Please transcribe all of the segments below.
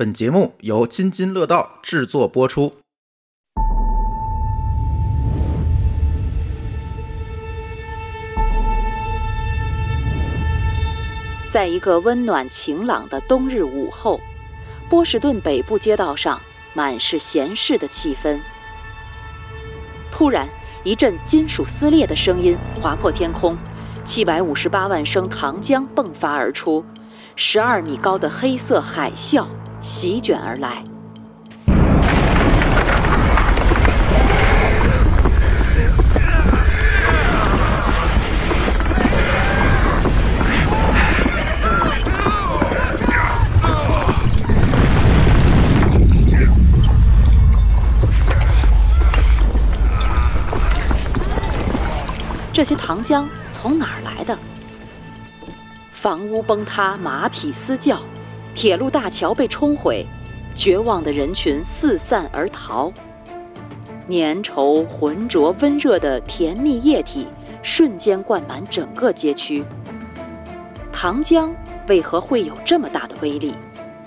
本节目由津津乐道制作播出。 在一个温暖晴朗的冬日午后，波士顿北部街道上满是闲适的气氛。突然，一阵金属撕裂的声音划破天空，758万升糖浆迸发而出，12米高的黑色海啸席卷而来。这些糖浆从哪儿来的？房屋崩塌，马匹嘶叫，铁路大桥被冲毁，绝望的人群四散而逃。粘稠、浑浊、温热的甜蜜液体瞬间灌满整个街区。糖浆为何会有这么大的威力？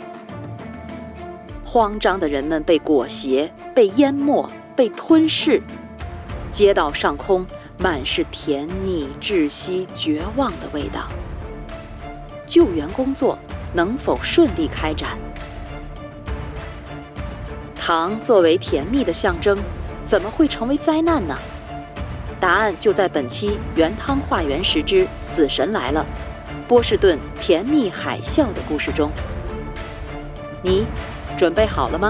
慌张的人们被裹挟，被淹没，被吞噬。街道上空满是甜腻、窒息、绝望的味道。救援工作能否顺利开展？糖作为甜蜜的象征，怎么会成为灾难呢？答案就在本期原汤化原食之死神来了波士顿甜蜜海啸的故事中。你准备好了吗？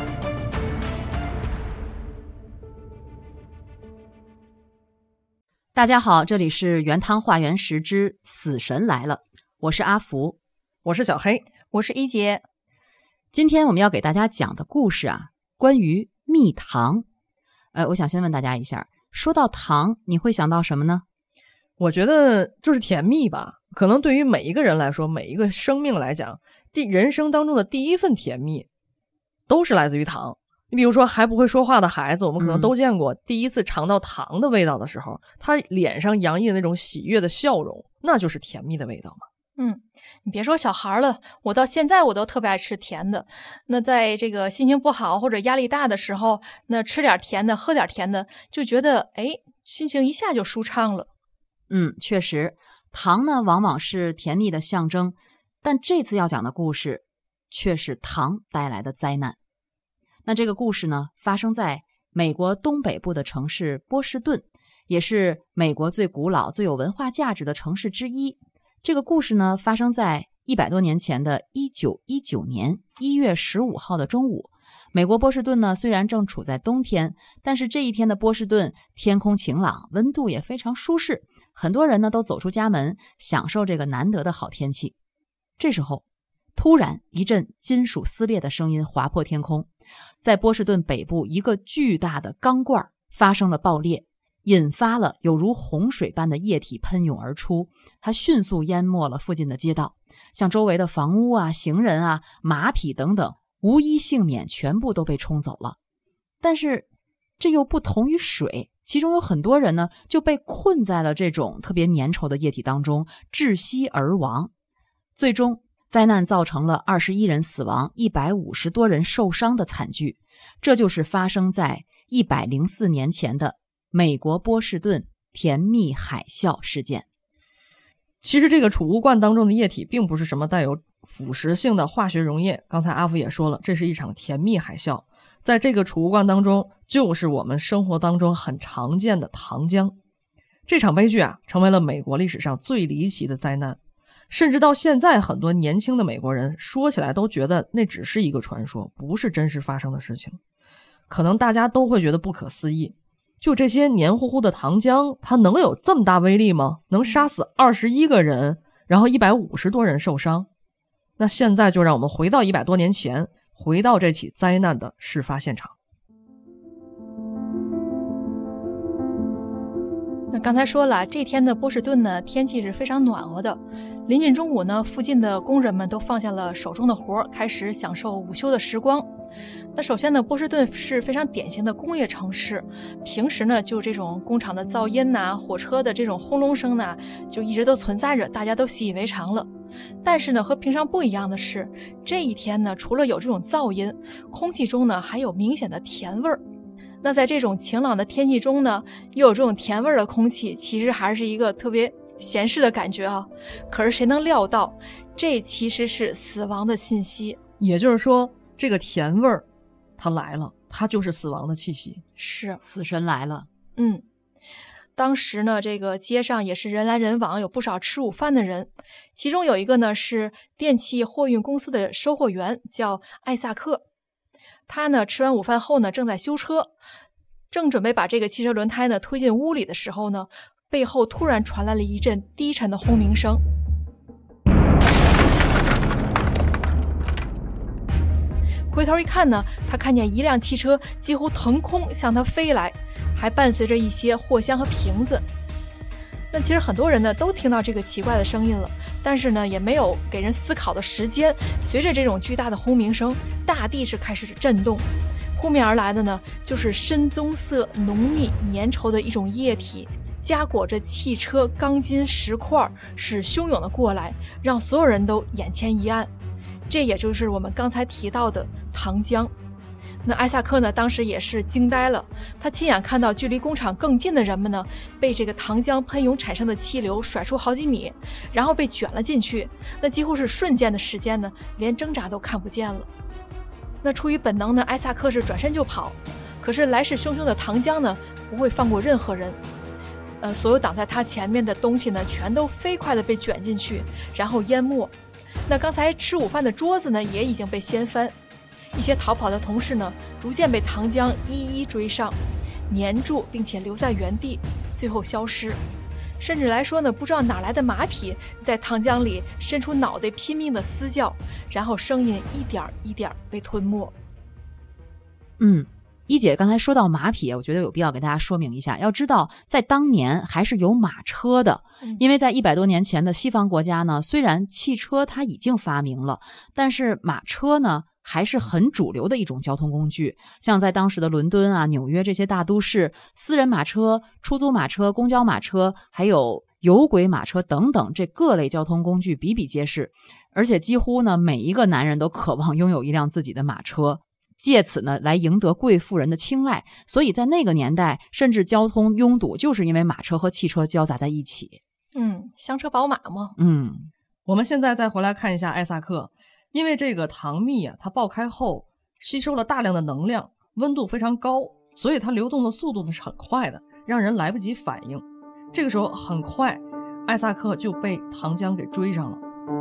大家好，这里是原汤化原食之死神来了，我是阿福， 我是小黑， 我是一杰。 今天我们要给大家讲的故事啊，关于蜜糖。我想先问大家一下，说到糖，你会想到什么呢？ 我觉得就是甜蜜吧。可能对于每一个人来说，每一个生命来讲，人生当中的第一份甜蜜都是来自于糖。你比如说还不会说话的孩子，我们可能都见过，第一次尝到糖的味道的时候，他脸上洋溢的那种喜悦的笑容，那就是甜蜜的味道嘛。 你别说小孩了，我到现在我都特别爱吃甜的。那在这个心情不好或者压力大的时候，那吃点甜的，喝点甜的，就觉得心情一下就舒畅了。 确实，糖呢往往是甜蜜的象征，但这次要讲的故事却是糖带来的灾难。那这个故事呢，发生在美国东北部的城市波士顿，也是美国最古老、最有文化价值的城市之一。这个故事呢，发生在100多年前的1919年1月15号的中午。美国波士顿呢，虽然正处在冬天，但是这一天的波士顿天空晴朗，温度也非常舒适，很多人呢都走出家门，享受这个难得的好天气。这时候突然一阵金属撕裂的声音划破天空，在波士顿北部一个巨大的钢罐发生了爆裂，引发了有如洪水般的液体喷涌而出，它迅速淹没了附近的街道，像周围的房屋啊、行人啊、马匹等等，无一幸免，全部都被冲走了。但是这又不同于水，其中有很多人呢就被困在了这种特别粘稠的液体当中，窒息而亡。最终灾难造成了21人死亡，150多人受伤的惨剧。这就是发生在104年前的美国波士顿甜蜜海啸事件。 其实这个储物罐当中的液体并不是什么带有腐蚀性的化学溶液，刚才阿福也说了，这是一场甜蜜海啸。在这个储物罐当中，就是我们生活当中很常见的糖浆。这场悲剧啊，成为了美国历史上最离奇的灾难。甚至到现在，很多年轻的美国人说起来都觉得那只是一个传说，不是真实发生的事情。可能大家都会觉得不可思议，就这些黏糊糊的糖浆，它能有这么大威力吗？能杀死21个人，然后150多人受伤？那现在就让我们回到100多年前，回到这起灾难的事发现场。 那刚才说了，这天的波士顿呢，天气是非常暖和的。临近中午呢，附近的工人们都放下了手中的活，开始享受午休的时光。那首先呢，波士顿是非常典型的工业城市，平时呢就这种工厂的噪音呐、火车的这种轰隆声呐，就一直都存在着，大家都习以为常了。 但是呢，和平常不一样的是，这一天呢，除了有这种噪音，空气中呢还有明显的甜味儿。那在这种晴朗的天气中呢，又有这种甜味儿的空气，其实还是一个特别闲适的感觉啊。可是谁能料到，这其实是死亡的信息。 也就是说，这个甜味儿它来了，它就是死亡的气息， 是死神来了。 当时呢，这个街上也是人来人往，有不少吃午饭的人。其中有一个呢是电气货运公司的收货员，叫艾萨克。他呢吃完午饭后呢，正在修车，正准备把这个汽车轮胎呢推进屋里的时候呢，背后突然传来了一阵低沉的轰鸣声。回头一看呢，他看见一辆汽车几乎腾空向他飞来，还伴随着一些货箱和瓶子。那其实很多人呢都听到这个奇怪的声音了，但是呢也没有给人思考的时间。随着这种巨大的轰鸣声，大地是开始震动，扑面而来的呢就是深棕色、浓密、粘稠的一种液体，夹裹着汽车、钢筋、石块，是汹涌的过来，让所有人都眼前一暗。这也就是我们刚才提到的糖浆。那艾萨克呢当时也是惊呆了，他亲眼看到距离工厂更近的人们呢被这个糖浆喷涌产生的气流甩出好几米，然后被卷了进去，那几乎是瞬间的时间呢，连挣扎都看不见了。那出于本能呢，艾萨克是转身就跑，可是来势汹汹的糖浆呢不会放过任何人。所有挡在他前面的东西呢全都飞快的被卷进去，然后淹没。那刚才吃午饭的桌子呢也已经被掀翻，一些逃跑的同事呢逐渐被糖浆一一追上，粘住并且留在原地，最后消失。甚至来说呢，不知道哪来的马匹在糖浆里伸出脑袋拼命的嘶叫，然后声音一点一点被吞没。 一姐刚才说到马匹，我觉得有必要给大家说明一下。要知道，在当年还是有马车的，因为在100多年前的西方国家呢，虽然汽车它已经发明了，但是马车呢还是很主流的一种交通工具。像在当时的伦敦啊、纽约这些大都市，私人马车、出租马车、公交马车，还有有轨马车等等，这各类交通工具比比皆是。而且几乎呢，每一个男人都渴望拥有一辆自己的马车，借此呢来赢得贵妇人的青睐。所以在那个年代，甚至交通拥堵就是因为马车和汽车交杂在一起。 香车宝马嘛。 我们现在再回来看一下艾萨克，因为这个糖蜜啊，它爆开后吸收了大量的能量，温度非常高，所以它流动的速度呢是很快的，让人来不及反应。这个时候很快，艾萨克就被糖浆给追上了。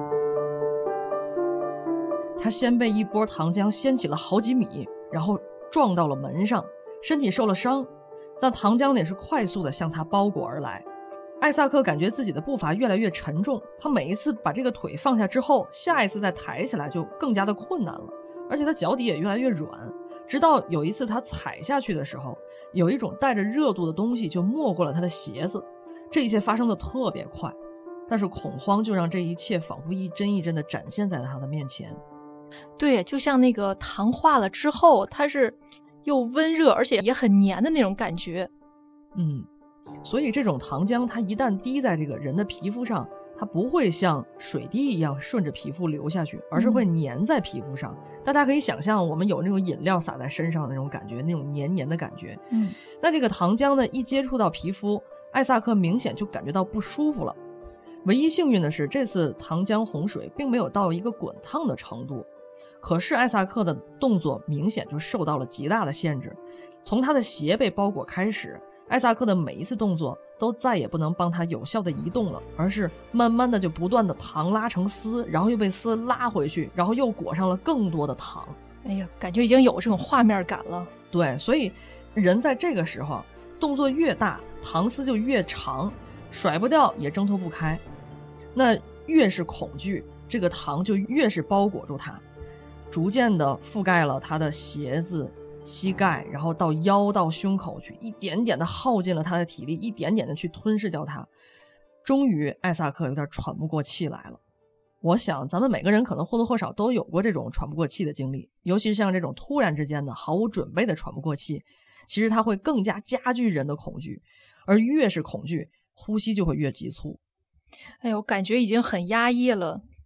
他先被一波糖浆掀起了好几米，然后撞到了门上，身体受了伤，但糖浆也是快速的向他包裹而来。艾萨克感觉自己的步伐越来越沉重，他每一次把这个腿放下之后，下一次再抬起来就更加的困难了，而且他脚底也越来越软，直到有一次他踩下去的时候，有一种带着热度的东西就没过了他的鞋子。这一切发生的特别快，但是恐慌就让这一切仿佛一帧一帧的展现在了他的面前。 对，就像那个糖化了之后，它是又温热而且也很黏的那种感觉。 所以这种糖浆它一旦滴在这个人的皮肤上，它不会像水滴一样顺着皮肤流下去，而是会粘在皮肤上。大家可以想象我们有那种饮料洒在身上的那种感觉，那种黏黏的感觉。那这个糖浆呢一接触到皮肤，艾萨克明显就感觉到不舒服了。唯一幸运的是，这次糖浆洪水并没有到一个滚烫的程度，可是艾萨克的动作明显就受到了极大的限制。从他的鞋被包裹开始，艾萨克的每一次动作都再也不能帮他有效的移动了，而是慢慢的就不断的糖拉成丝，然后又被丝拉回去，然后又裹上了更多的糖。 哎呀，感觉已经有这种画面感了。 对，所以人在这个时候动作越大，糖丝就越长，甩不掉也挣脱不开。那越是恐惧，这个糖就越是包裹住他，逐渐的覆盖了他的鞋子、膝盖，然后到腰到胸口去，一点点的耗尽了他的体力，一点点的去吞噬掉他。终于艾萨克有点喘不过气来了。我想咱们每个人可能或多或少都有过这种喘不过气的经历，尤其是像这种突然之间的毫无准备的喘不过气，其实它会更加加剧人的恐惧，而越是恐惧，呼吸就会越急促。 哎呦，感觉已经很压抑了。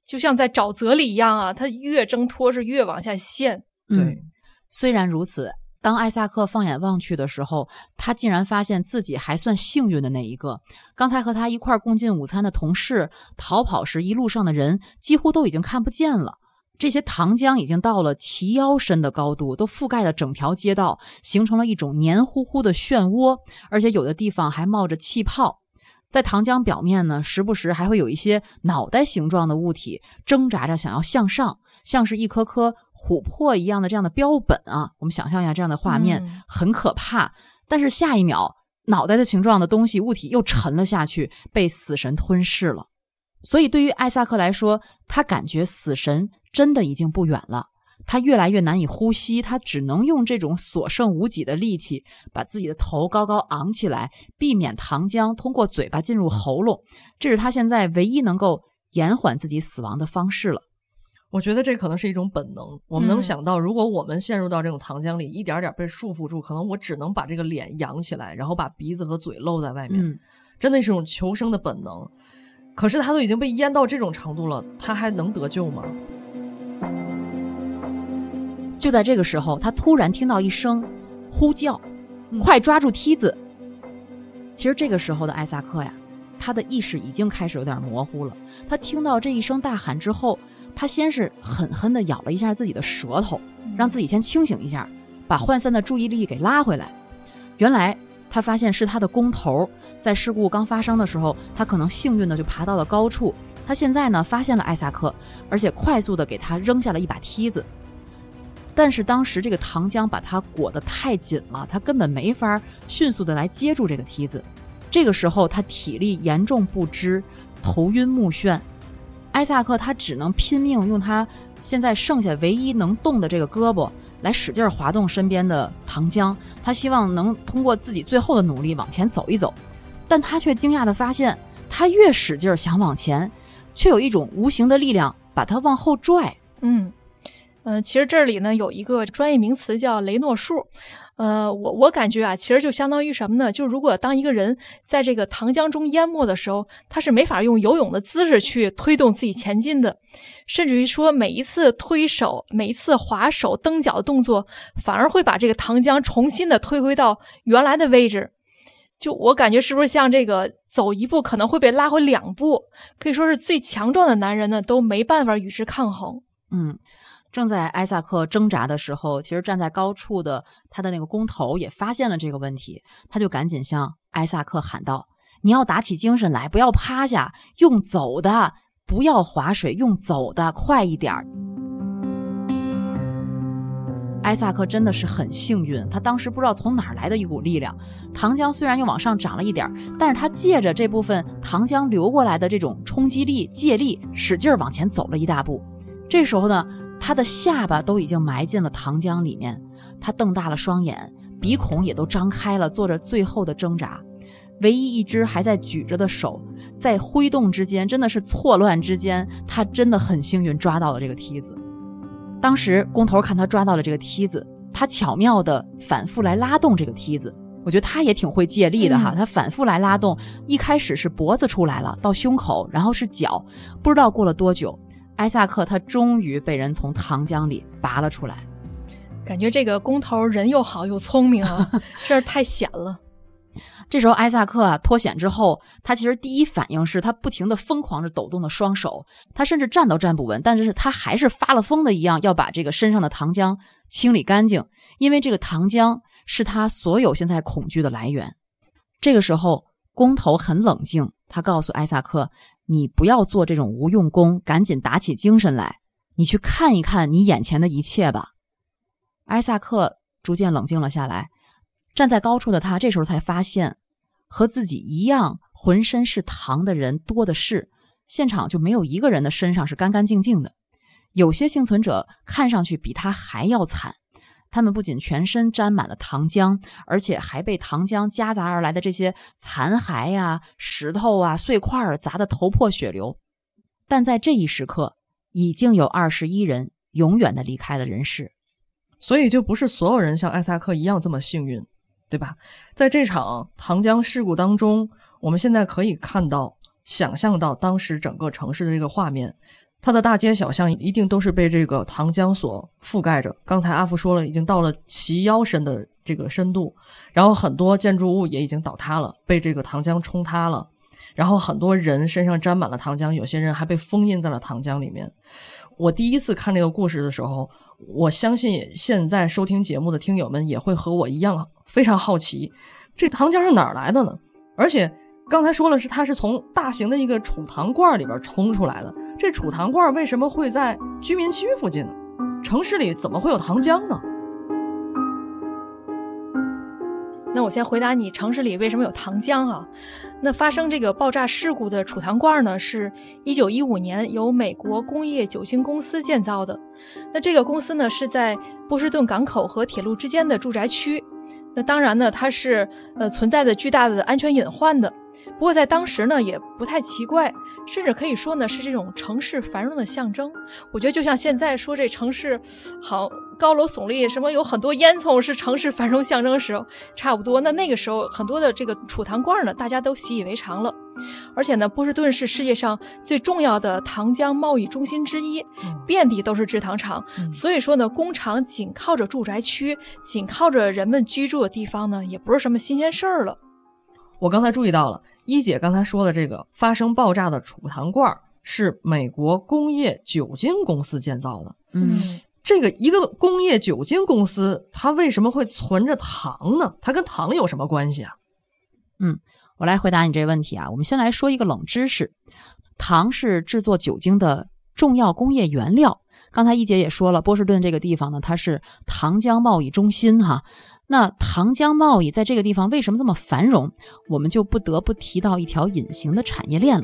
就像在沼泽里一样啊，它越挣脱是越往下陷。 对， 虽然如此，当艾萨克放眼望去的时候，他竟然发现自己还算幸运的那一个。刚才和他一块共进午餐的同事，逃跑时一路上的人几乎都已经看不见了。这些糖浆已经到了齐腰深的高度，都覆盖了整条街道，形成了一种黏糊糊的漩涡，而且有的地方还冒着气泡。在糖浆表面呢，时不时还会有一些脑袋形状的物体挣扎着想要向上，像是一颗颗琥珀一样的这样的标本啊。我们想象一下这样的画面，很可怕。但是下一秒，脑袋的形状的东西物体又沉了下去，被死神吞噬了。所以对于艾萨克来说，他感觉死神真的已经不远了。他越来越难以呼吸，他只能用这种所剩无几的力气把自己的头高高昂起来，避免糖浆通过嘴巴进入喉咙。这是他现在唯一能够延缓自己死亡的方式了。 我觉得这可能是一种本能，我们能想到如果我们陷入到这种糖浆里，一点点被束缚住，可能我只能把这个脸扬起来，然后把鼻子和嘴露在外面，真的是一种求生的本能。可是他都已经被淹到这种程度了，他还能得救吗？ 就在这个时候，他突然听到一声呼叫，快抓住梯子。其实这个时候的艾萨克呀，他的意识已经开始有点模糊了。他听到这一声大喊之后，他先是狠狠地咬了一下自己的舌头，让自己先清醒一下，把涣散的注意力给拉回来。原来他发现是他的工头，在事故刚发生的时候，他可能幸运的就爬到了高处。他现在呢发现了艾萨克，而且快速的给他扔下了一把梯子。但是当时这个糖浆把他裹得太紧了，他根本没法迅速的来接住这个梯子。这个时候他体力严重不支，头晕目眩。艾萨克他只能拼命用他现在剩下唯一能动的这个胳膊来使劲滑动身边的糖浆，他希望能通过自己最后的努力往前走一走。但他却惊讶地发现，他越使劲想往前，却有一种无形的力量把他往后拽。 其实这里呢有一个专业名词叫雷诺数。我感觉啊，其实就相当于什么呢？就如果当一个人在这个糖浆中淹没的时候，他是没法用游泳的姿势去推动自己前进的，甚至于说每一次推手、每一次划手、蹬脚的动作，反而会把这个糖浆重新的推回到原来的位置。就我感觉是不是像这个走一步可能会被拉回2步，可以说是最强壮的男人呢都没办法与之抗衡。 正在艾萨克挣扎的时候，其实站在高处的他的那个工头也发现了这个问题，他就赶紧向艾萨克喊道：你要打起精神来，不要趴下，用走的，不要划水，用走的，快一点。艾萨克真的是很幸运，他当时不知道从哪儿来的一股力量，糖浆虽然又往上涨了一点，但是他借着这部分糖浆流过来的这种冲击力、借力，使劲往前走了一大步。这时候呢，他的下巴都已经埋进了糖浆里面，他瞪大了双眼，鼻孔也都张开了，做着最后的挣扎。唯一一只还在举着的手，在挥动之间，真的是错乱之间，他真的很幸运抓到了这个梯子。当时工头看他抓到了这个梯子，他巧妙地反复来拉动这个梯子。我觉得他也挺会借力的哈，他反复来拉动，一开始是脖子出来了，到胸口，然后是脚，不知道过了多久，艾萨克他终于被人从糖浆里拔了出来。 感觉这个工头人又好又聪明啊，真是太险了。 这时候艾萨克脱险之后，他其实第一反应是他不停地疯狂着抖动的双手，他甚至站都站不稳，但是他还是发了疯的一样要把这个身上的糖浆清理干净，因为这个糖浆是他所有现在恐惧的来源。这个时候工头很冷静，他告诉艾萨克，你不要做这种无用功，赶紧打起精神来，你去看一看你眼前的一切吧。艾萨克逐渐冷静了下来，站在高处的他这时候才发现，和自己一样浑身是糖的人多的是，现场就没有一个人的身上是干干净净的。有些幸存者看上去比他还要惨，他们不仅全身沾满了糖浆，而且还被糖浆夹杂而来的这些残骸啊、石头啊、碎块砸得头破血流。但在这一时刻，已经有21人永远的离开了人世。 所以就不是所有人像艾萨克一样这么幸运，对吧？在这场糖浆事故当中，我们现在可以看到、想象到当时整个城市的这个画面， 它的大街小巷一定都是被这个糖浆所覆盖着。刚才阿福说了，已经到了齐腰深的这个深度，然后很多建筑物也已经倒塌了，被这个糖浆冲塌了，然后很多人身上沾满了糖浆，有些人还被封印在了糖浆里面。我第一次看这个故事的时候，我相信现在收听节目的听友们也会和我一样非常好奇，这糖浆是哪儿来的呢？而且刚才说了，它是从大型的一个储糖罐里边冲出来的，这储糖罐为什么会在居民区附近呢？城市里怎么会有糖浆呢？ 那我先回答你，城市里为什么有糖浆啊？那发生这个爆炸事故的储糖罐呢，是1915年由美国工业酒精公司建造的。那这个公司呢，是在波士顿港口和铁路之间的住宅区。那当然呢，它是存在着巨大的安全隐患的。不过在当时呢，也不太奇怪，甚至可以说呢，是这种城市繁荣的象征。我觉得就像现在说这城市好高楼耸立，什么有很多烟囱是城市繁荣象征的时候差不多。那个时候很多的这个储糖罐呢，大家都习以为常了。而且呢，波士顿是世界上最重要的糖浆贸易中心之一，遍地都是制糖厂。所以说呢，工厂紧靠着住宅区，紧靠着人们居住的地方呢，也不是什么新鲜事儿了。 我刚才注意到了，一姐刚才说的这个发生爆炸的储糖罐是美国工业酒精公司建造的。这个一个工业酒精公司，它为什么会存着糖呢？它跟糖有什么关系啊？ 我来回答你这个问题啊。我们先来说一个冷知识，糖是制作酒精的重要工业原料。刚才一姐也说了，波士顿这个地方呢，它是糖浆贸易中心哈。那糖浆贸易在这个地方为什么这么繁荣？我们就不得不提到一条隐形的产业链了。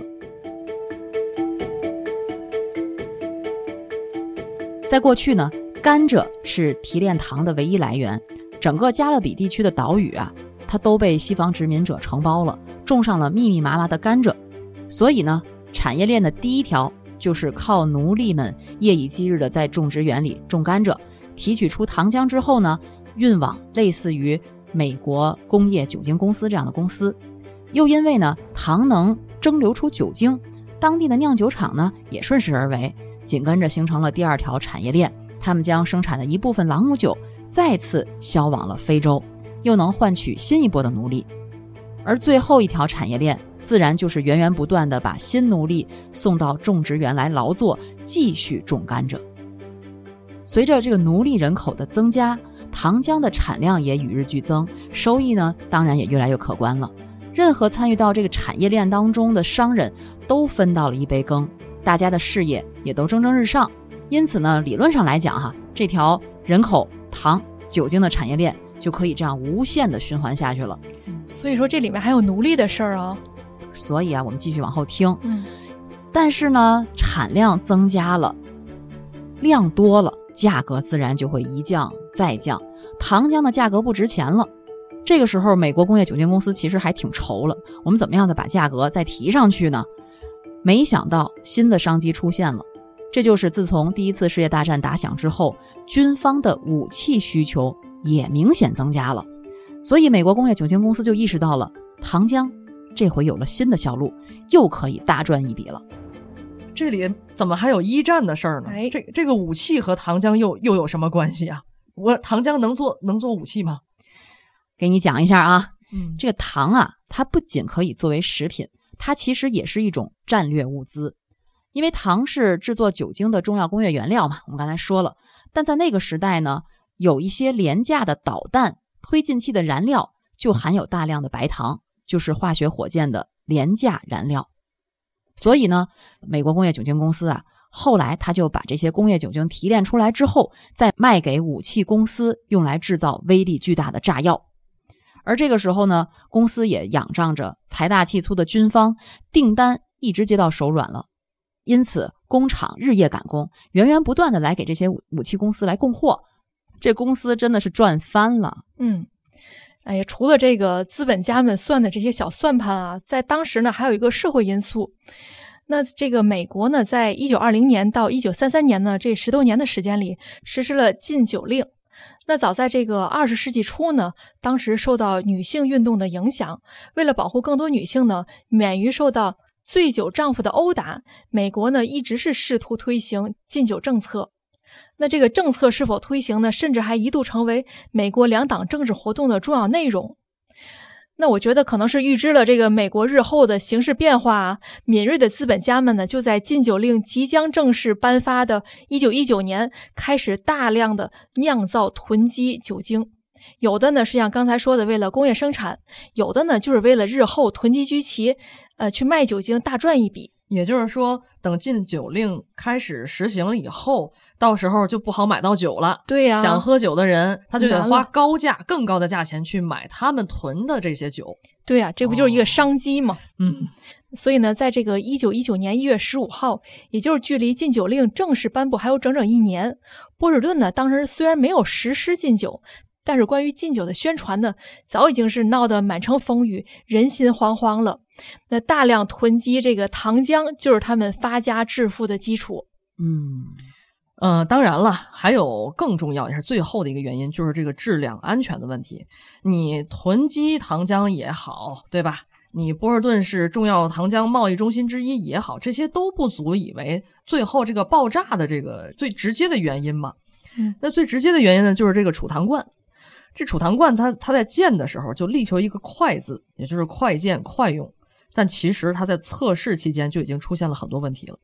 在过去呢，甘蔗是提炼糖的唯一来源。整个加勒比地区的岛屿啊，它都被西方殖民者承包了，种上了密密麻麻的甘蔗。所以呢，产业链的第一条就是靠奴隶们夜以继日的在种植园里种甘蔗，提取出糖浆之后呢，运往类似于美国工业酒精公司这样的公司。又因为呢，糖能蒸馏出酒精，当地的酿酒厂呢也顺势而为，紧跟着形成了第二条产业链。他们将生产的一部分朗姆酒再次销往了非洲，又能换取新一波的奴隶。而最后一条产业链自然就是源源不断的把新奴隶送到种植园来劳作，继续种甘蔗。随着这个奴隶人口的增加，糖浆的产量也与日俱增，收益呢当然也越来越可观了。任何参与到这个产业链当中的商人都分到了一杯羹，大家的事业也都蒸蒸日上。因此呢，理论上来讲哈，这条人口、糖、酒精的产业链就可以这样无限的循环下去了。 所以说这里面还有奴隶的事儿啊。 所以啊，我们继续往后听。但是呢，产量增加了，量多了，价格自然就会一降再降，糖浆的价格不值钱了。这个时候，美国工业酒精公司其实还挺愁了，我们怎么样再把价格再提上去呢？没想到新的商机出现了，这就是自从第一次世界大战打响之后，军方的武器需求也明显增加了。所以美国工业酒精公司就意识到了，糖浆这回有了新的销路，又可以大赚一笔了。 这里怎么还有一战的事儿呢？这个武器和糖浆又有什么关系啊？糖浆能做武器吗？ 给你讲一下啊。这个糖啊，它不仅可以作为食品，它其实也是一种战略物资。因为糖是制作酒精的重要工业原料嘛，我们刚才说了。但在那个时代呢，有一些廉价的导弹推进器的燃料就含有大量的白糖，就是化学火箭的廉价燃料。所以呢，美国工业酒精公司啊，后来他就把这些工业酒精提炼出来之后，再卖给武器公司，用来制造威力巨大的炸药。而这个时候呢，公司也仰仗着财大气粗的军方，订单一直接到手软了。因此工厂日夜赶工，源源不断的来给这些武器公司来供货，这公司真的是赚翻了。 哎呀，除了这个资本家们算的这些小算盘啊，在当时呢还有一个社会因素。那这个美国呢，在1920年到1933年呢，这10多年的时间里实施了禁酒令。那早在这个20世纪初呢，当时受到女性运动的影响，为了保护更多女性呢，免于受到醉酒丈夫的殴打，美国呢一直是试图推行禁酒政策。那这个政策是否推行呢，甚至还一度成为美国两党政治活动的重要内容。那我觉得可能是预知了这个美国日后的形势变化啊，敏锐的资本家们呢，就在禁酒令即将正式颁发的1919年开始大量的酿造囤积酒精。有的呢是像刚才说的为了工业生产，有的呢就是为了日后囤积居奇，去卖酒精大赚一笔。 也就是说，等禁酒令开始实行了以后，到时候就不好买到酒了。 对呀， 想喝酒的人他就得花高价、更高的价钱去买他们囤的这些酒。 对呀，这不就是一个商机吗？ 嗯， 所以呢，在这个1919年1月15号，也就是距离禁酒令正式颁布还有整整1年，波士顿呢当时虽然没有实施禁酒，但是关于禁酒的宣传呢，早已经是闹得满城风雨，人心惶惶了。那大量囤积这个糖浆，就是他们发家致富的基础。 当然了，还有更重要也是最后的一个原因，就是这个质量安全的问题。你囤积糖浆也好，对吧？你波士顿是重要糖浆贸易中心之一也好，这些都不足以为最后这个爆炸的这个最直接的原因嘛。那最直接的原因呢，就是这个储糖罐。这储糖罐它在建的时候就力求一个快字，也就是快建快用，但其实它在测试期间就已经出现了很多问题了。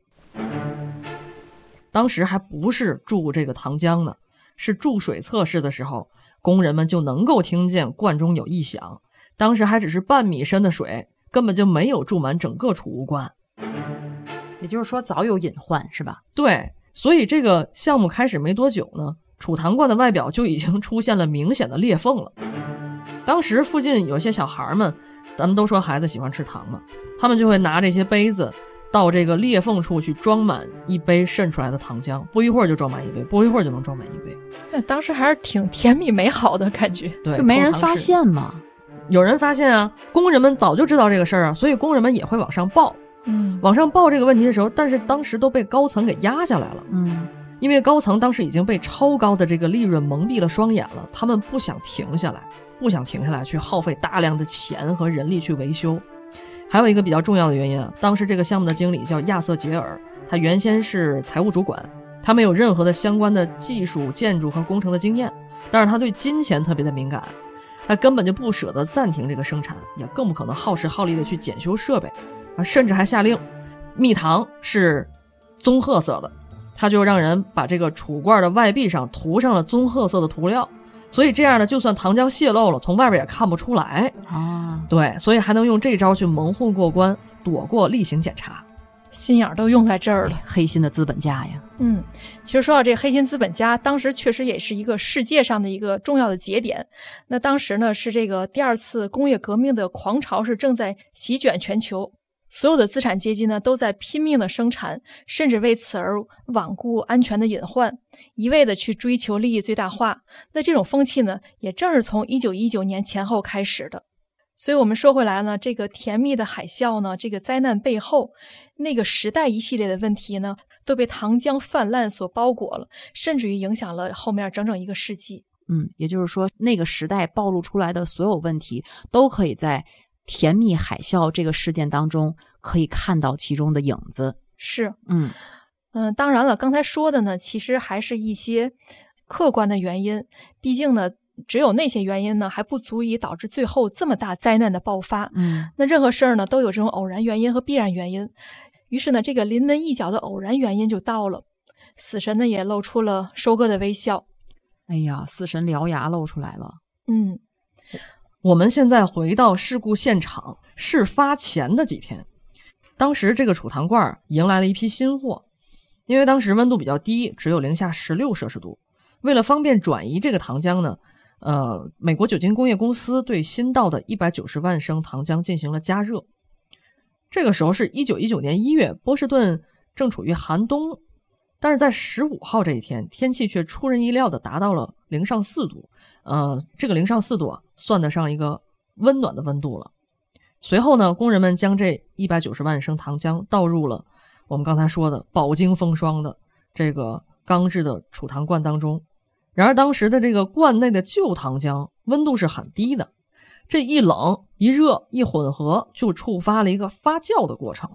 当时还不是注这个糖浆呢，是注水测试的时候，工人们就能够听见罐中有异响。当时还只是半米深的水，根本就没有注满整个储物罐。 也就是说早有隐患是吧？ 对，所以这个项目开始没多久呢，储糖罐的外表就已经出现了明显的裂缝了。当时附近有些小孩们，咱们都说孩子喜欢吃糖嘛，他们就会拿这些杯子到这个裂缝处去装满一杯渗出来的糖浆，不一会儿就装满一杯，不一会儿就能装满一杯。 那当时还是挺甜蜜美好的感觉。 对， 就没人发现吗？ 有人发现啊，工人们早就知道这个事儿啊，所以工人们也会往上报。往上报这个问题的时候，但是当时都被高层给压下来了。因为高层当时已经被超高的这个利润蒙蔽了双眼了，他们不想停下来去耗费大量的钱和人力去维修。还有一个比较重要的原因啊，当时这个项目的经理叫亚瑟·杰尔，他原先是财务主管，他没有任何的相关的技术、建筑和工程的经验，但是他对金钱特别的敏感，他根本就不舍得暂停这个生产，也更不可能耗时耗力的去检修设备啊，甚至还下令蜜糖是棕褐色的，他就让人把这个储罐的外壁上涂上了棕褐色的涂料，所以这样呢，就算糖浆泄漏了，从外边也看不出来啊。对，所以还能用这招去蒙混过关，躲过例行检查。 心眼都用在这儿了， 黑心的资本家呀。 其实说到这个黑心资本家，当时确实也是一个世界上的一个重要的节点。那当时呢，是这个第二次工业革命的狂潮是正在席卷全球，所有的资产阶级呢都在拼命的生产，甚至为此而罔顾安全的隐患，一味的去追求利益最大化。那这种风气呢，也正是从1919年前后开始的。所以我们说回来呢，这个甜蜜的海啸呢，这个灾难背后，那个时代一系列的问题呢，都被糖浆泛滥所包裹了，甚至于影响了后面整整1个世纪。 也就是说，那个时代暴露出来的所有问题，都可以在甜蜜海啸这个事件当中可以看到其中的影子。 是，当然了，刚才说的呢，其实还是一些客观的原因，毕竟呢，只有那些原因呢，还不足以导致最后这么大灾难的爆发。那任何事儿呢，都有这种偶然原因和必然原因。于是呢，这个临门一脚的偶然原因就到了，死神呢也露出了收割的微笑。 哎呀，死神獠牙露出来了。 我们现在回到事故现场，事发前的几天，当时这个储糖罐迎来了一批新货，因为当时温度比较低，只有零下16摄氏度。为了方便转移这个糖浆呢，美国酒精工业公司对新到的190万升糖浆进行了加热。这个时候是1919年1月，波士顿正处于寒冬，但是在15号这一天，天气却出人意料的达到了零上4度。这个零上4度啊，算得上一个温暖的温度了。随后呢，工人们将这190万升糖浆倒入了我们刚才说的饱经风霜的这个钢制的储糖罐当中。然而当时的这个罐内的旧糖浆温度是很低的，这一冷一热一混合，就触发了一个发酵的过程。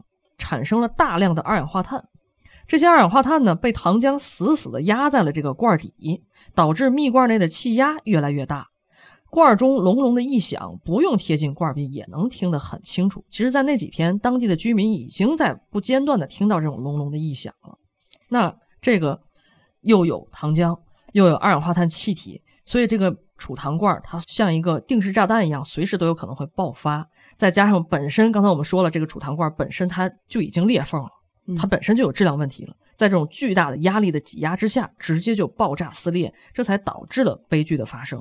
产生了大量的二氧化碳。这些二氧化碳呢，被糖浆死死地压在了这个罐底，导致蜜罐内的气压越来越大。罐中隆隆的一响，不用贴近罐壁也能听得很清楚。其实在那几天，当地的居民已经在不间断地听到这种隆隆的异响了。那这个又有糖浆，又有二氧化碳气体，所以这个储糖罐它像一个定时炸弹一样，随时都有可能会爆发。再加上本身刚才我们说了，这个储糖罐本身它就已经裂缝了，它本身就有质量问题了，在这种巨大的压力的挤压之下，直接就爆炸撕裂，这才导致了悲剧的发生。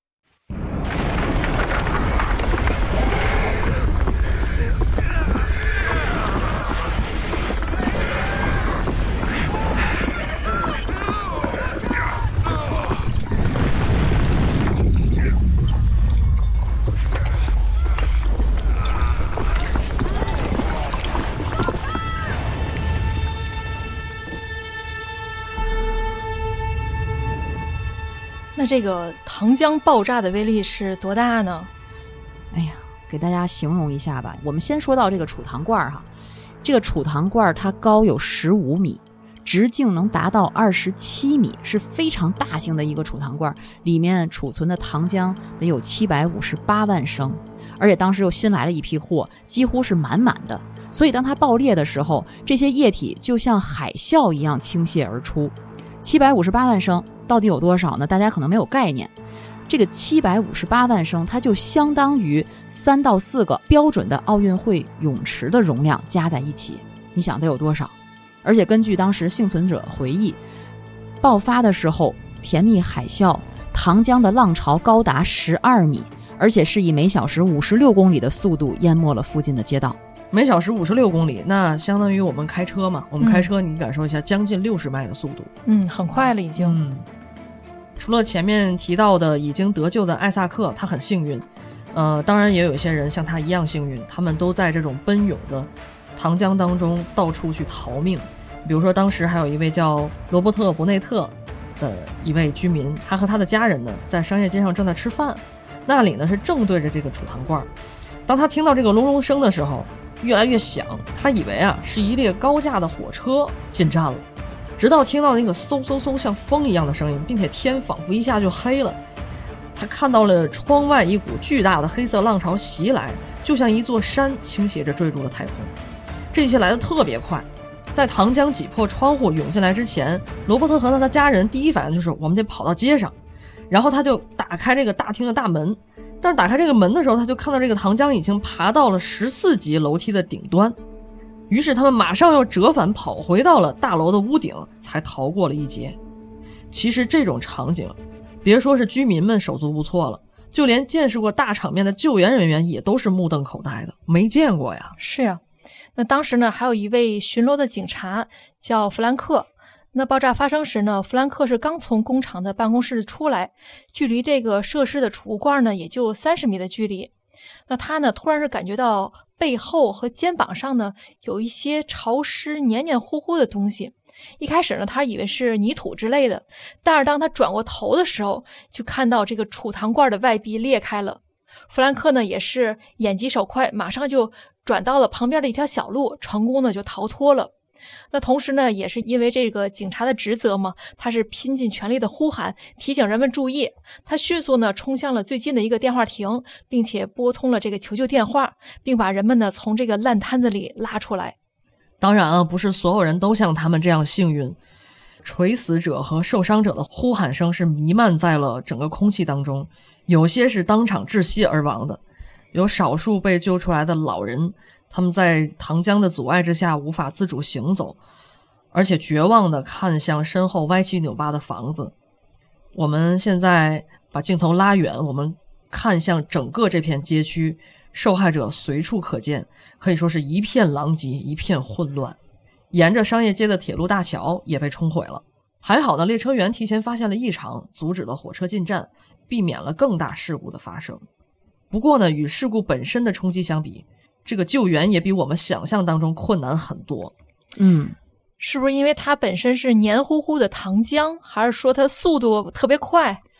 那这个糖浆爆炸的威力是多大呢？ 哎呀，给大家形容一下吧。我们先说到这个储糖罐哈，这个储糖罐它高有15米，直径能达到27米，是非常大型的一个储糖罐，里面储存的糖浆得有758万升，而且当时又新来了一批货，几乎是满满的。所以当它爆裂的时候，这些液体就像海啸一样倾泻而出。758万升到底有多少呢？大家可能没有概念。这个758万升，它就相当于3到4个标准的奥运会泳池的容量加在一起，你想得有多少？而且根据当时幸存者回忆，爆发的时候甜蜜海啸，糖浆的浪潮高达12米，而且是以每小时56公里的速度淹没了附近的街道。 每小时56公里，那相当于我们开车嘛，我们开车你感受一下，将近60迈的速度。 很快了已经。 除了前面提到的已经得救的艾萨克，他很幸运，当然也有一些人像他一样幸运，他们都在这种奔涌的糖浆当中到处去逃命。比如说当时还有一位叫罗伯特·伯内特的一位居民，他和他的家人呢在商业街上正在吃饭，那里呢是正对着这个储糖罐。当他听到这个隆隆声的时候，越来越响，他以为是一列高架的火车进站了，直到听到那个嗖嗖嗖像风一样的声音，并且天仿佛一下就黑了。他看到了窗外一股巨大的黑色浪潮袭来，就像一座山倾斜着坠入了太空。这一切来得特别快，在糖浆挤破窗户涌进来之前，罗伯特和他的家人第一反应就是我们得跑到街上，然后他就打开这个大厅的大门。但是打开这个门的时候，他就看到这个糖浆已经爬到了14级楼梯的顶端，于是他们马上又折返跑回到了大楼的屋顶，才逃过了一劫。其实这种场景，别说是居民们手足无措了，就连见识过大场面的救援人员也都是目瞪口呆的，没见过呀。 是呀，那当时呢，还有一位巡逻的警察叫弗兰克。那爆炸发生时呢，弗兰克是刚从工厂的办公室出来，距离这个设施的储物罐呢也就30米的距离。那他呢突然是感觉到背后和肩膀上呢有一些潮湿黏黏糊糊的东西。一开始呢他以为是泥土之类的，但是当他转过头的时候，就看到这个储糖罐的外壁裂开了。弗兰克呢也是眼疾手快，马上就转到了旁边的一条小路，成功的就逃脱了。那同时呢，也是因为这个警察的职责嘛，他是拼尽全力的呼喊，提醒人们注意。他迅速呢冲向了最近的一个电话亭，并且拨通了这个求救电话，并把人们呢从这个烂摊子里拉出来。 当然不是所有人都像他们这样幸运，垂死者和受伤者的呼喊声是弥漫在了整个空气当中，有些是当场窒息而亡的，有少数被救出来的老人，他们在糖浆的阻碍之下无法自主行走，而且绝望地看向身后歪七扭八的房子。我们现在把镜头拉远，我们看向整个这片街区，受害者随处可见，可以说是一片狼藉，一片混乱。沿着商业街的铁路大桥也被冲毁了，还好呢，列车员提前发现了异常，阻止了火车进站，避免了更大事故的发生。不过呢，与事故本身的冲击相比，这个救援也比我们想象当中困难很多。 是不是因为它本身是黏糊糊的糖浆，还是说它速度特别快？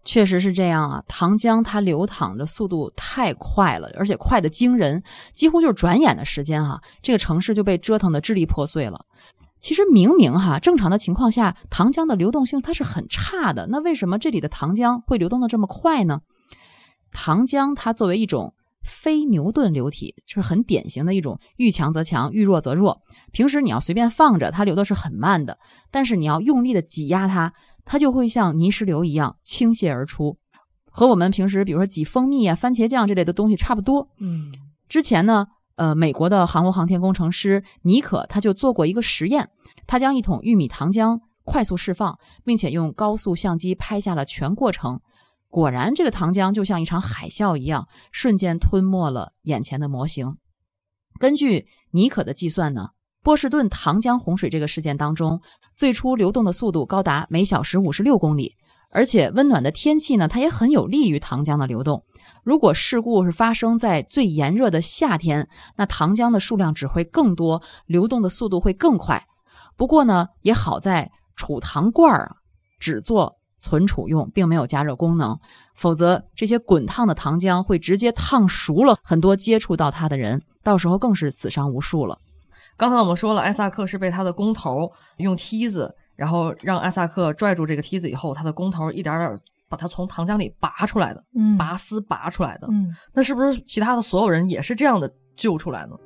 确实是这样啊，糖浆它流淌的速度太快了，而且快得惊人，几乎就是转眼的时间这个城市就被折腾得支离破碎了。其实明明正常的情况下，糖浆的流动性它是很差的，那为什么这里的糖浆会流动得这么快呢？糖浆它作为一种非牛顿流体，就是很典型的一种遇强则强，遇弱则弱。平时你要随便放着，它流的是很慢的，但是你要用力的挤压它，它就会像泥石流一样倾泻而出，和我们平时比如说挤蜂蜜番茄酱这类的东西差不多。之前呢美国的航空航天工程师尼可他就做过一个实验，他将一桶玉米糖浆快速释放，并且用高速相机拍下了全过程。果然这个糖浆就像一场海啸一样，瞬间吞没了眼前的模型。根据尼可的计算呢，波士顿糖浆洪水这个事件当中，最初流动的速度高达每小时56公里，而且温暖的天气呢，它也很有利于糖浆的流动。如果事故是发生在最炎热的夏天，那糖浆的数量只会更多，流动的速度会更快。不过呢，也好在储糖罐只做存储用，并没有加热功能，否则这些滚烫的糖浆会直接烫熟了很多接触到它的人，到时候更是死伤无数了。 刚才我们说了，艾萨克是被他的工头用梯子，然后让艾萨克拽住这个梯子以后，他的工头一点点把他从糖浆里拔出来的，拔丝拔出来的。那是不是其他的所有人也是这样的救出来呢？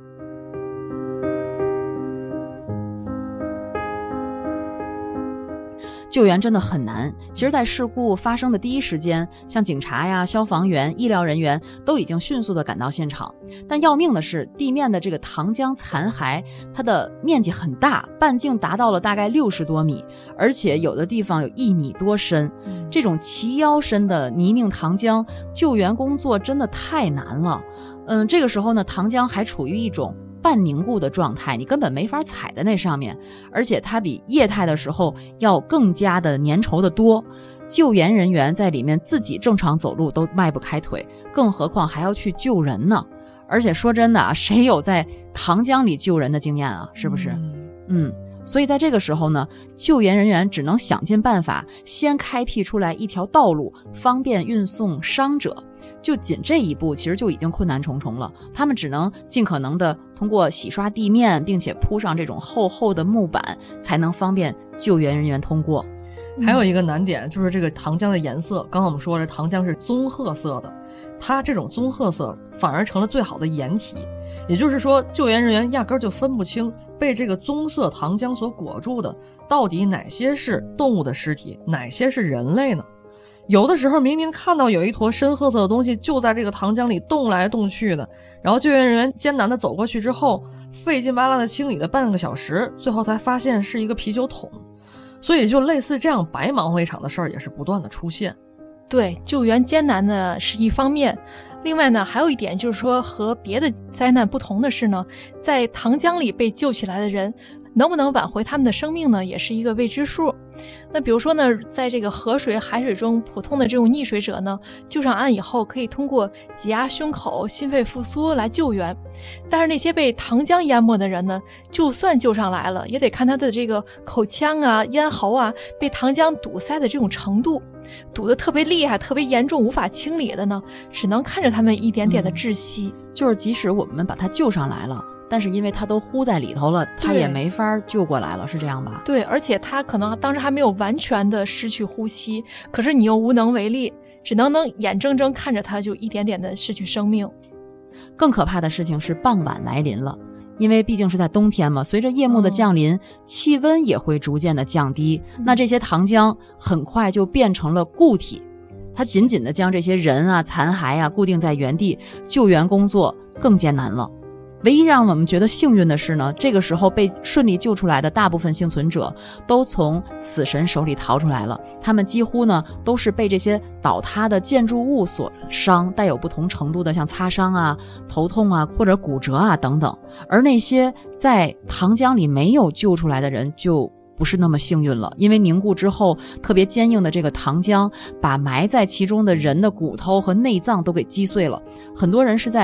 救援真的很难。其实在事故发生的第一时间，像警察消防员、医疗人员都已经迅速的赶到现场。但要命的是，地面的这个糖浆残骸，它的面积很大，半径达到了大概60多米，而且有的地方有1米多深。这种齐腰深的泥泞糖浆，救援工作真的太难了。这个时候呢，糖浆还处于一种半凝固的状态，你根本没法踩在那上面，而且它比液态的时候要更加的粘稠的多。救援人员在里面自己正常走路都迈不开腿，更何况还要去救人呢。而且说真的谁有在糖浆里救人的经验啊？是不是？所以在这个时候呢，救援人员只能想尽办法先开辟出来一条道路，方便运送伤者。就仅这一步其实就已经困难重重了，他们只能尽可能的通过洗刷地面，并且铺上这种厚厚的木板，才能方便救援人员通过。 还有一个难点就是这个糖浆的颜色，刚刚我们说这糖浆是棕褐色的，它这种棕褐色反而成了最好的掩体，也就是说救援人员压根就分不清被这个棕色糖浆所裹住的到底哪些是动物的尸体，哪些是人类呢？有的时候明明看到有一坨深褐色的东西就在这个糖浆里动来动去的，然后救援人员艰难地走过去之后，费劲巴拉地清理了半个小时，最后才发现是一个啤酒桶。所以就类似这样白忙活一场的事儿也是不断的出现。 对，救援艰难呢是一方面，另外呢还有一点就是说，和别的灾难不同的是呢，在糖浆里被救起来的人能不能挽回他们的生命呢，也是一个未知数。那比如说呢，在这个河水、海水中，普通的这种溺水者呢，救上岸以后可以通过挤压胸口、心肺复苏来救援。但是那些被糖浆淹没的人呢，就算救上来了，也得看他的这个口腔咽喉被糖浆堵塞的这种程度，堵得特别厉害、特别严重、无法清理的呢，只能看着他们一点点的窒息。 就是即使我们把他救上来了，但是因为他都糊在里头了，他也没法救过来了，是这样吧？ 对，而且他可能当时还没有完全的失去呼吸，可是你又无能为力，只能眼睁睁看着他就一点点的失去生命。 更可怕的事情是傍晚来临了，因为毕竟是在冬天嘛，随着夜幕的降临，气温也会逐渐的降低，那这些糖浆很快就变成了固体，它紧紧的将这些人残骸固定在原地，救援工作更艰难了。唯一让我们觉得幸运的是呢，这个时候被顺利救出来的大部分幸存者都从死神手里逃出来了，他们几乎呢都是被这些倒塌的建筑物所伤，带有不同程度的像擦伤头痛或者骨折等等。而那些在糖浆里没有救出来的人就不是那么幸运了，因为凝固之后特别坚硬的这个糖浆把埋在其中的人的骨头和内脏都给击碎了，很多人是在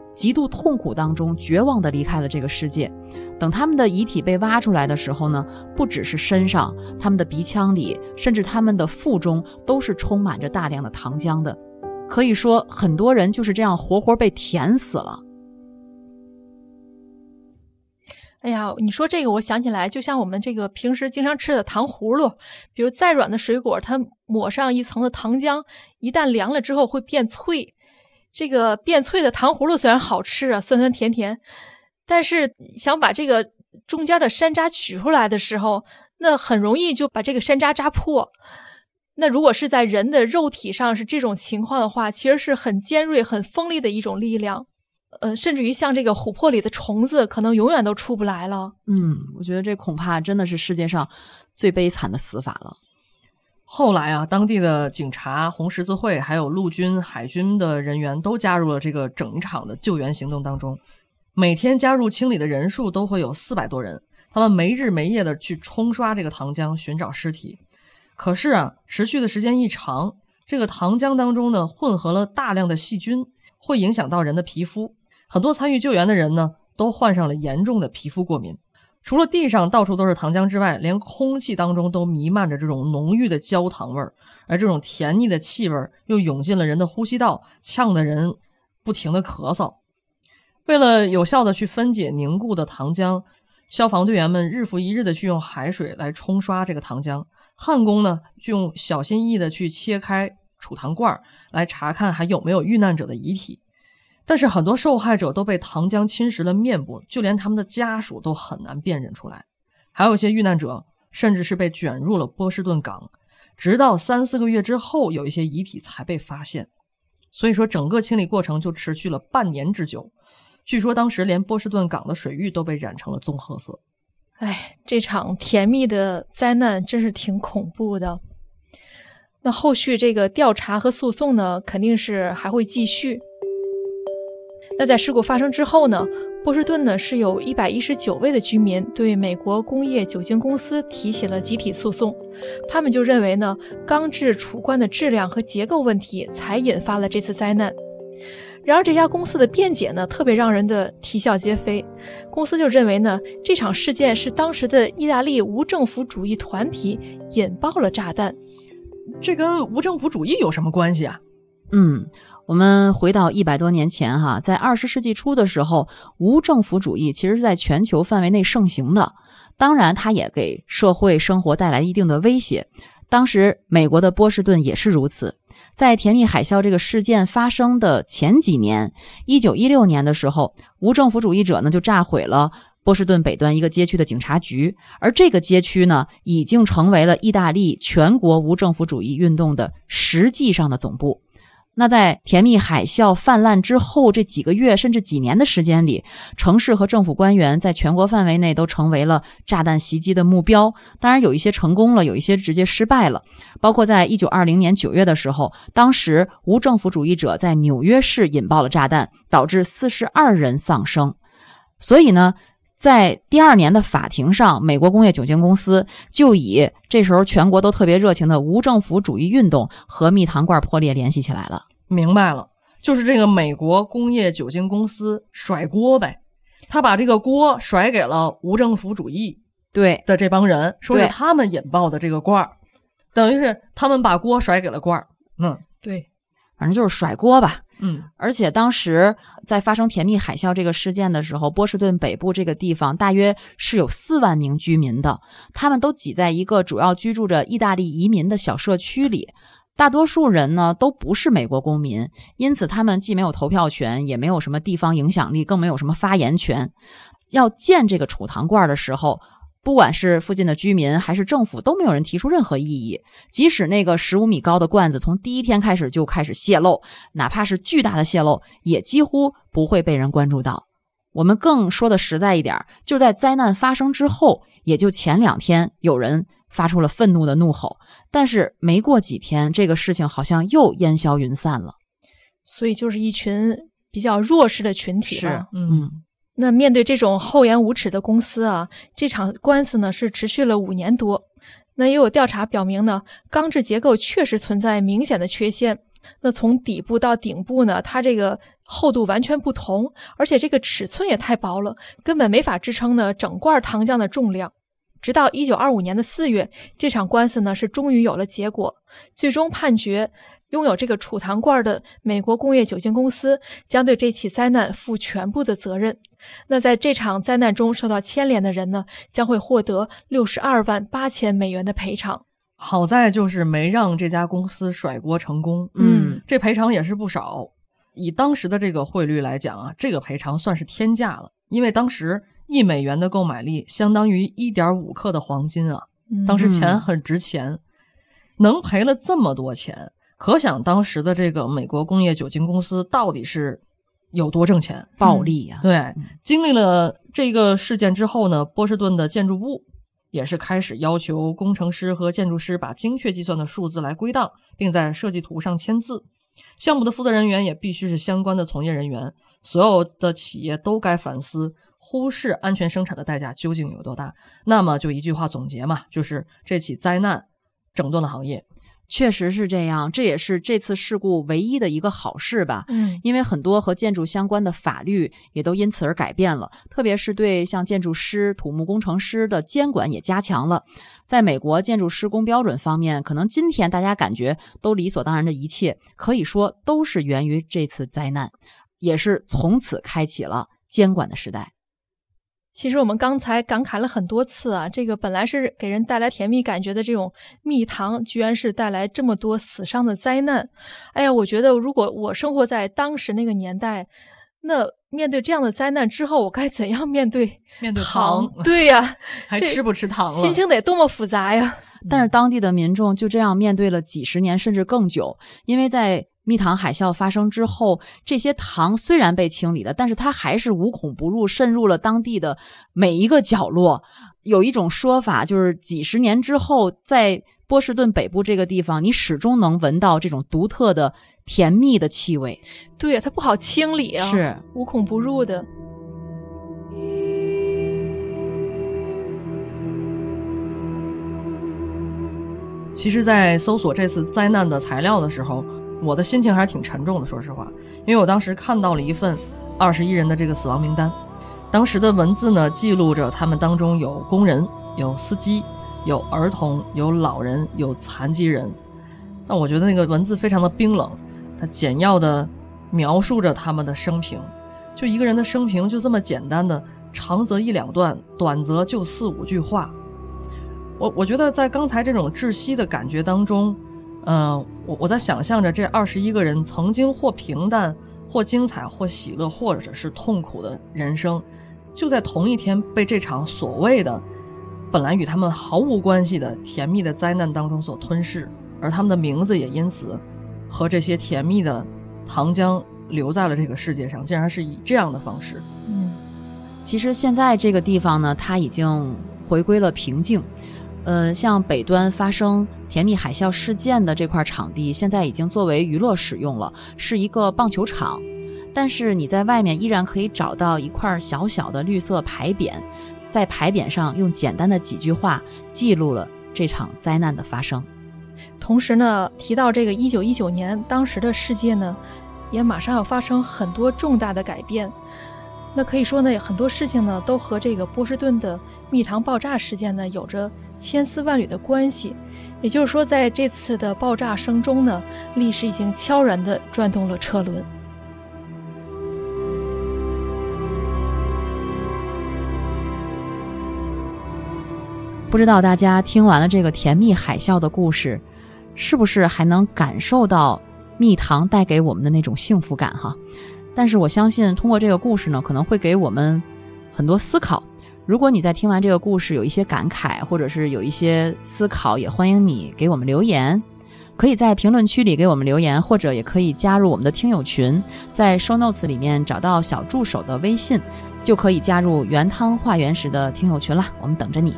极度痛苦当中绝望地离开了这个世界。等他们的遗体被挖出来的时候呢，不只是身上，他们的鼻腔里，甚至他们的腹中都是充满着大量的糖浆的。可以说很多人就是这样活活被甜死了。 哎呀，你说这个我想起来，就像我们这个平时经常吃的糖葫芦，比如再软的水果，它抹上一层的糖浆，一旦凉了之后会变脆。这个变脆的糖葫芦虽然好吃啊，酸酸甜甜，但是想把这个中间的山楂取出来的时候，那很容易就把这个山楂扎破。那如果是在人的肉体上是这种情况的话，其实是很尖锐很锋利的一种力量。甚至于像这个琥珀里的虫子可能永远都出不来了。 我觉得这恐怕真的是世界上最悲惨的死法了。 后来啊，当地的警察、红十字会还有陆军、海军的人员都加入了这个整场的救援行动当中。每天加入清理的人数都会有400多人，他们没日没夜的去冲刷这个糖浆，寻找尸体。可是啊，持续的时间一长，这个糖浆当中呢混合了大量的细菌，会影响到人的皮肤。很多参与救援的人呢都患上了严重的皮肤过敏。除了地上到处都是糖浆之外，连空气当中都弥漫着这种浓郁的焦糖味儿，而这种甜腻的气味又涌进了人的呼吸道，呛得人不停的咳嗽。为了有效的去分解凝固的糖浆，消防队员们日复一日的去用海水来冲刷这个糖浆，焊工呢就用小心翼翼的去切开储糖罐来查看还有没有遇难者的遗体。但是很多受害者都被糖浆侵蚀了面部，就连他们的家属都很难辨认出来。还有一些遇难者甚至是被卷入了波士顿港，直到3-4个月之后，有一些遗体才被发现。所以说整个清理过程就持续了半年之久。据说当时连波士顿港的水域都被染成了棕褐色。 这场甜蜜的灾难真是挺恐怖的。那后续这个调查和诉讼呢，肯定是还会继续。那在事故发生之后呢，波士顿呢是有119位的居民对美国工业酒精公司提起了集体诉讼。他们就认为呢，钢制储罐的质量和结构问题才引发了这次灾难。然而这家公司的辩解呢，特别让人的啼笑皆非。公司就认为呢，这场事件是当时的意大利无政府主义团体引爆了炸弹。 这跟无政府主义有什么关系啊？ 我们回到100多年前哈，在20世纪初的时候，无政府主义其实是在全球范围内盛行的。当然它也给社会生活带来一定的威胁。当时美国的波士顿也是如此。在甜蜜海啸这个事件发生的前几年，1916年的时候，无政府主义者呢就炸毁了波士顿北端一个街区的警察局，而这个街区呢已经成为了意大利全国无政府主义运动的实际上的总部。那在甜蜜海啸泛滥之后这几个月甚至几年的时间里，城市和政府官员在全国范围内都成为了炸弹袭击的目标。当然有一些成功了，有一些直接失败了。包括在1920年9月的时候，当时无政府主义者在纽约市引爆了炸弹，导致42人丧生。所以呢，在第2年的法庭上，美国工业酒精公司就以这时候全国都特别热情的无政府主义运动和蜜糖罐破裂联系起来了。 明白了，就是这个美国工业酒精公司甩锅呗，他把这个锅甩给了无政府主义的这帮人，说是他们引爆的这个罐，等于是他们把锅甩给了罐。 对， 反正就是甩锅吧。 而且当时在发生甜蜜海啸这个事件的时候，波士顿北部这个地方大约是有4万名居民的，他们都挤在一个主要居住着意大利移民的小社区里。大多数人呢都不是美国公民，因此他们既没有投票权，也没有什么地方影响力，更没有什么发言权。要建这个储糖罐的时候，不管是附近的居民还是政府，都没有人提出任何异议。即使那个15米高的罐子从第一天开始就开始泄漏，哪怕是巨大的泄漏，也几乎不会被人关注到。我们更说的实在一点，就在灾难发生之后，也就前2天有人发出了愤怒的怒吼，但是没过几天，这个事情好像又烟消云散了。 所以就是一群比较弱势的群体吧。那面对这种厚颜无耻的公司啊，这场官司呢是持续了5年多。那也有调查表明呢，钢制结构确实存在明显的缺陷， 那从底部到顶部呢，它这个厚度完全不同，而且这个尺寸也太薄了，根本没法支撑呢整罐糖浆的重量。直到1925年的4月，这场官司呢是终于有了结果，最终判决拥有这个储糖罐的美国工业酒精公司将对这起灾难负全部的责任。那在这场灾难中受到牵连的人呢，将会获得62万8千美元的赔偿。 好在就是没让这家公司甩锅成功，这赔偿也是不少。以当时的这个汇率来讲啊，这个赔偿算是天价了，因为当时1美元的购买力相当于 1.5 克的黄金啊，当时钱很值钱，能赔了这么多钱，可想当时的这个美国工业酒精公司到底是有多挣钱， 暴利呀。 对，经历了这个事件之后呢，波士顿的建筑部也是开始要求工程师和建筑师把精确计算的数字来归档，并在设计图上签字。项目的负责人员也必须是相关的从业人员，所有的企业都该反思忽视安全生产的代价究竟有多大。那么就一句话总结嘛，就是这起灾难整顿了行业。 确实是这样，这也是这次事故唯一的一个好事吧。因为很多和建筑相关的法律也都因此而改变了，特别是对像建筑师、土木工程师的监管也加强了。在美国建筑施工标准方面，可能今天大家感觉都理所当然的一切，可以说都是源于这次灾难，也是从此开启了监管的时代。 其实我们刚才感慨了很多次啊，这个本来是给人带来甜蜜感觉的这种蜜糖，居然是带来这么多死伤的灾难。哎呀，我觉得如果我生活在当时那个年代，那面对这样的灾难之后，我该怎样面对糖？对呀， 还吃不吃糖了？ 心情得多么复杂呀！ 但是当地的民众就这样面对了几十年甚至更久，因为在蜜糖海啸发生之后，这些糖虽然被清理了，但是它还是无孔不入，渗入了当地的每一个角落。有一种说法就是几十年之后，在波士顿北部这个地方，你始终能闻到这种独特的甜蜜的气味。 对呀，它不好清理啊， 是无孔不入的。 其实在搜索这次灾难的材料的时候，我的心情还是挺沉重的，说实话，因为我当时看到了一份21人的这个死亡名单。当时的文字呢，记录着他们当中有工人、有司机、有儿童、有老人、有残疾人。但我觉得那个文字非常的冰冷，它简要的描述着他们的生平，就一个人的生平就这么简单的，长则1、2段，短则就4、5句话。我觉得在刚才这种窒息的感觉当中，我在想象着这21个人曾经或平淡、或精彩、或喜乐，或者是痛苦的人生，就在同一天被这场所谓的本来与他们毫无关系的甜蜜的灾难当中所吞噬，而他们的名字也因此和这些甜蜜的糖浆留在了这个世界上，竟然是以这样的方式。 其实现在这个地方呢，它已经回归了平静。像北端发生甜蜜海啸事件的这块场地，现在已经作为娱乐使用了，是一个棒球场。但是你在外面依然可以找到一块小小的绿色牌匾，在牌匾上用简单的几句话记录了这场灾难的发生。 同时呢，提到这个1919年，当时的世界呢，也马上要发生很多重大的改变。那可以说呢，很多事情呢都和这个波士顿的蜜糖爆炸事件呢有着千丝万缕的关系。也就是说，在这次的爆炸声中呢，历史已经悄然地转动了车轮。 不知道大家听完了这个甜蜜海啸的故事，是不是还能感受到蜜糖带给我们的那种幸福感哈？但是我相信通过这个故事呢，可能会给我们很多思考。如果你在听完这个故事有一些感慨，或者是有一些思考，也欢迎你给我们留言，可以在评论区里给我们留言，或者也可以加入我们的听友群，在 show notes 里面找到小助手的微信，就可以加入原汤化原食的听友群了，我们等着你。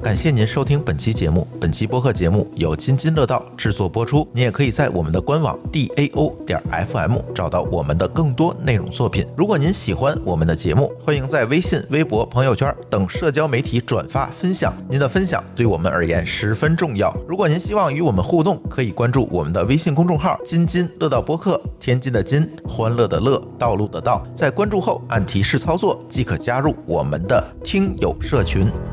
感谢您收听本期节目。本期播客节目由津津乐道制作播出。你也可以在我们的官网 DAO.FM 找到我们的更多内容作品。如果您喜欢我们的节目，欢迎在微信、微博、朋友圈等社交媒体转发分享。您的分享对我们而言十分重要。如果您希望与我们互动，可以关注我们的微信公众号津津乐道播客，天津的津，欢乐的乐，道路的道。在关注后按提示操作即可加入我们的听友社群。